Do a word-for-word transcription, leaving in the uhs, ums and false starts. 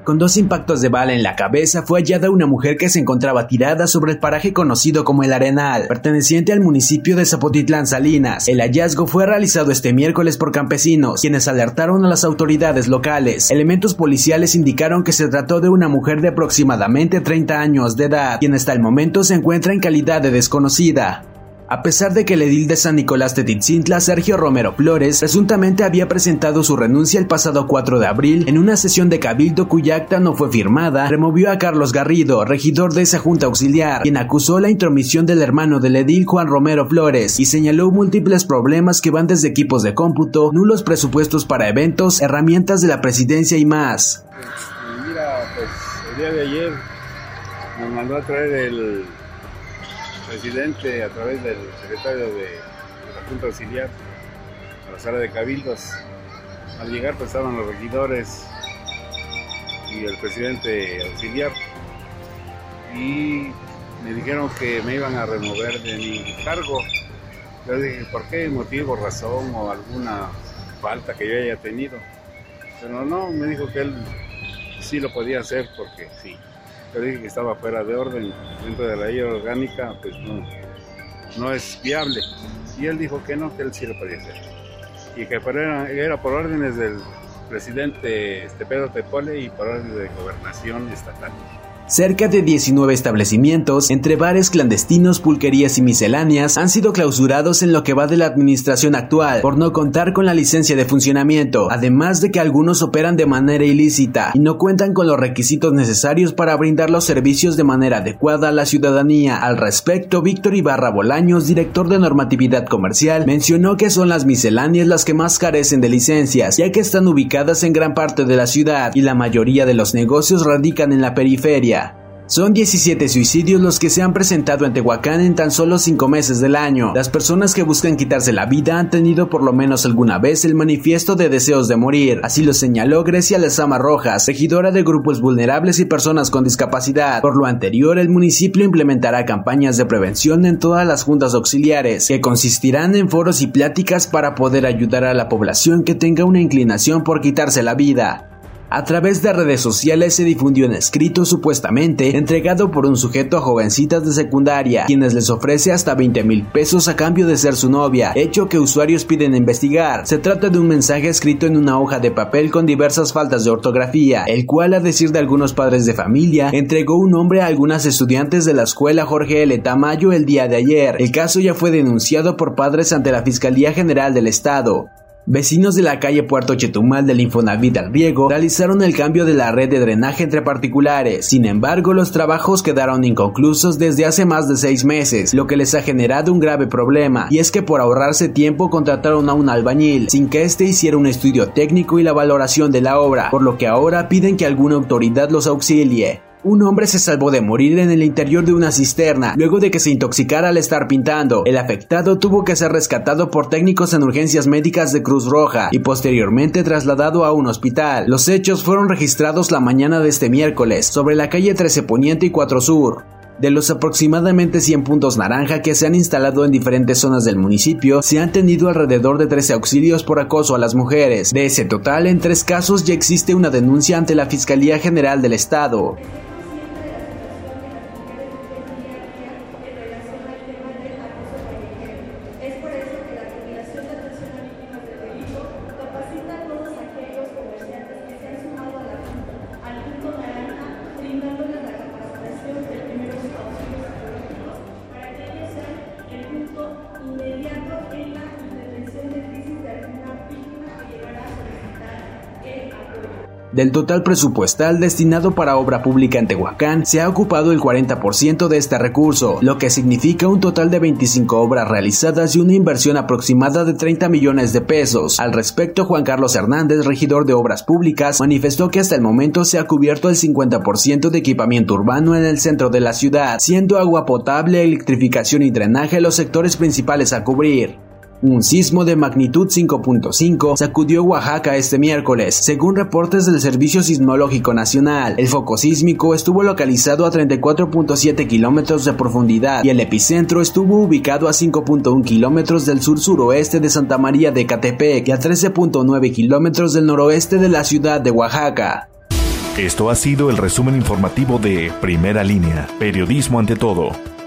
Con dos impactos de bala en la cabeza fue hallada una mujer que se encontraba tirada sobre el paraje conocido como El Arenal, perteneciente al municipio de Zapotitlán Salinas. El hallazgo fue realizado este miércoles por campesinos, quienes alertaron a las autoridades locales. Elementos policiales indicaron que se trató de una mujer de aproximadamente treinta años de edad, quien hasta el momento se encuentra en calidad de desconocida. A pesar de que el edil de San Nicolás Tetzintla, Sergio Romero Flores, presuntamente había presentado su renuncia el pasado cuatro de abril en una sesión de cabildo cuya acta no fue firmada, removió a Carlos Garrido, regidor de esa junta auxiliar, quien acusó la intromisión del hermano del edil Juan Romero Flores y señaló múltiples problemas que van desde equipos de cómputo, nulos presupuestos para eventos, herramientas de la presidencia y más. Pues, mira, pues el día de ayer nos mandó a traer el presidente a través del secretario de, de la Junta Auxiliar a la sala de cabildos. Al llegar pues estaban los regidores y el presidente auxiliar y me dijeron que me iban a remover de mi cargo. Yo dije, ¿por qué motivo, razón o alguna falta que yo haya tenido? Pero no, me dijo que él sí lo podía hacer porque sí. Yo dije que estaba fuera de orden, dentro de la ley orgánica, pues no, no es viable. Y él dijo que no, que él sí lo podía hacer. Y que era, era por órdenes del presidente este Pedro Tepole y por órdenes de gobernación estatal. Cerca de diecinueve establecimientos, entre bares clandestinos, pulquerías y misceláneas, han sido clausurados en lo que va de la administración actual por no contar con la licencia de funcionamiento, además de que algunos operan de manera ilícita y no cuentan con los requisitos necesarios para brindar los servicios de manera adecuada a la ciudadanía. Al respecto, Víctor Ibarra Bolaños, director de normatividad comercial, mencionó que son las misceláneas las que más carecen de licencias, ya que están ubicadas en gran parte de la ciudad y la mayoría de los negocios radican en la periferia. Son diecisiete suicidios los que se han presentado en Tehuacán en tan solo cinco meses del año. Las personas que buscan quitarse la vida han tenido por lo menos alguna vez el manifiesto de deseos de morir. Así lo señaló Grecia Lezama Rojas, regidora de grupos vulnerables y personas con discapacidad. Por lo anterior, el municipio implementará campañas de prevención en todas las juntas auxiliares, que consistirán en foros y pláticas para poder ayudar a la población que tenga una inclinación por quitarse la vida. A través de redes sociales se difundió un escrito supuestamente entregado por un sujeto a jovencitas de secundaria, quienes les ofrece hasta veinte mil pesos a cambio de ser su novia, hecho que usuarios piden investigar. Se trata de un mensaje escrito en una hoja de papel con diversas faltas de ortografía, el cual, a decir de algunos padres de familia, entregó un nombre a algunas estudiantes de la escuela Jorge L. Tamayo el día de ayer. El caso ya fue denunciado por padres ante la Fiscalía General del Estado. Vecinos de la calle Puerto Chetumal del Infonavit al Riego realizaron el cambio de la red de drenaje entre particulares. Sin embargo, los trabajos quedaron inconclusos desde hace más de seis meses, lo que les ha generado un grave problema, y es que por ahorrarse tiempo contrataron a un albañil, sin que éste hiciera un estudio técnico y la valoración de la obra, por lo que ahora piden que alguna autoridad los auxilie. Un hombre se salvó de morir en el interior de una cisterna, luego de que se intoxicara al estar pintando. El afectado tuvo que ser rescatado por técnicos en urgencias médicas de Cruz Roja y posteriormente trasladado a un hospital. Los hechos fueron registrados la mañana de este miércoles, sobre la calle trece Poniente y cuatro Sur. De los aproximadamente cien puntos naranja que se han instalado en diferentes zonas del municipio, se han tenido alrededor de trece auxilios por acoso a las mujeres. De ese total, en tres casos ya existe una denuncia ante la Fiscalía General del Estado. Del total presupuestal destinado para obra pública en Tehuacán, se ha ocupado el cuarenta por ciento de este recurso, lo que significa un total de veinticinco obras realizadas y una inversión aproximada de treinta millones de pesos. Al respecto, Juan Carlos Hernández, regidor de Obras Públicas, manifestó que hasta el momento se ha cubierto el cincuenta por ciento de equipamiento urbano en el centro de la ciudad, siendo agua potable, electrificación y drenaje los sectores principales a cubrir. Un sismo de magnitud cinco punto cinco sacudió Oaxaca este miércoles, según reportes del Servicio Sismológico Nacional. El foco sísmico estuvo localizado a treinta y cuatro punto siete kilómetros de profundidad y el epicentro estuvo ubicado a cinco punto uno kilómetros del sur-suroeste de Santa María de Ecatepec y a trece punto nueve kilómetros del noroeste de la ciudad de Oaxaca. Esto ha sido el resumen informativo de Primera Línea, periodismo ante todo.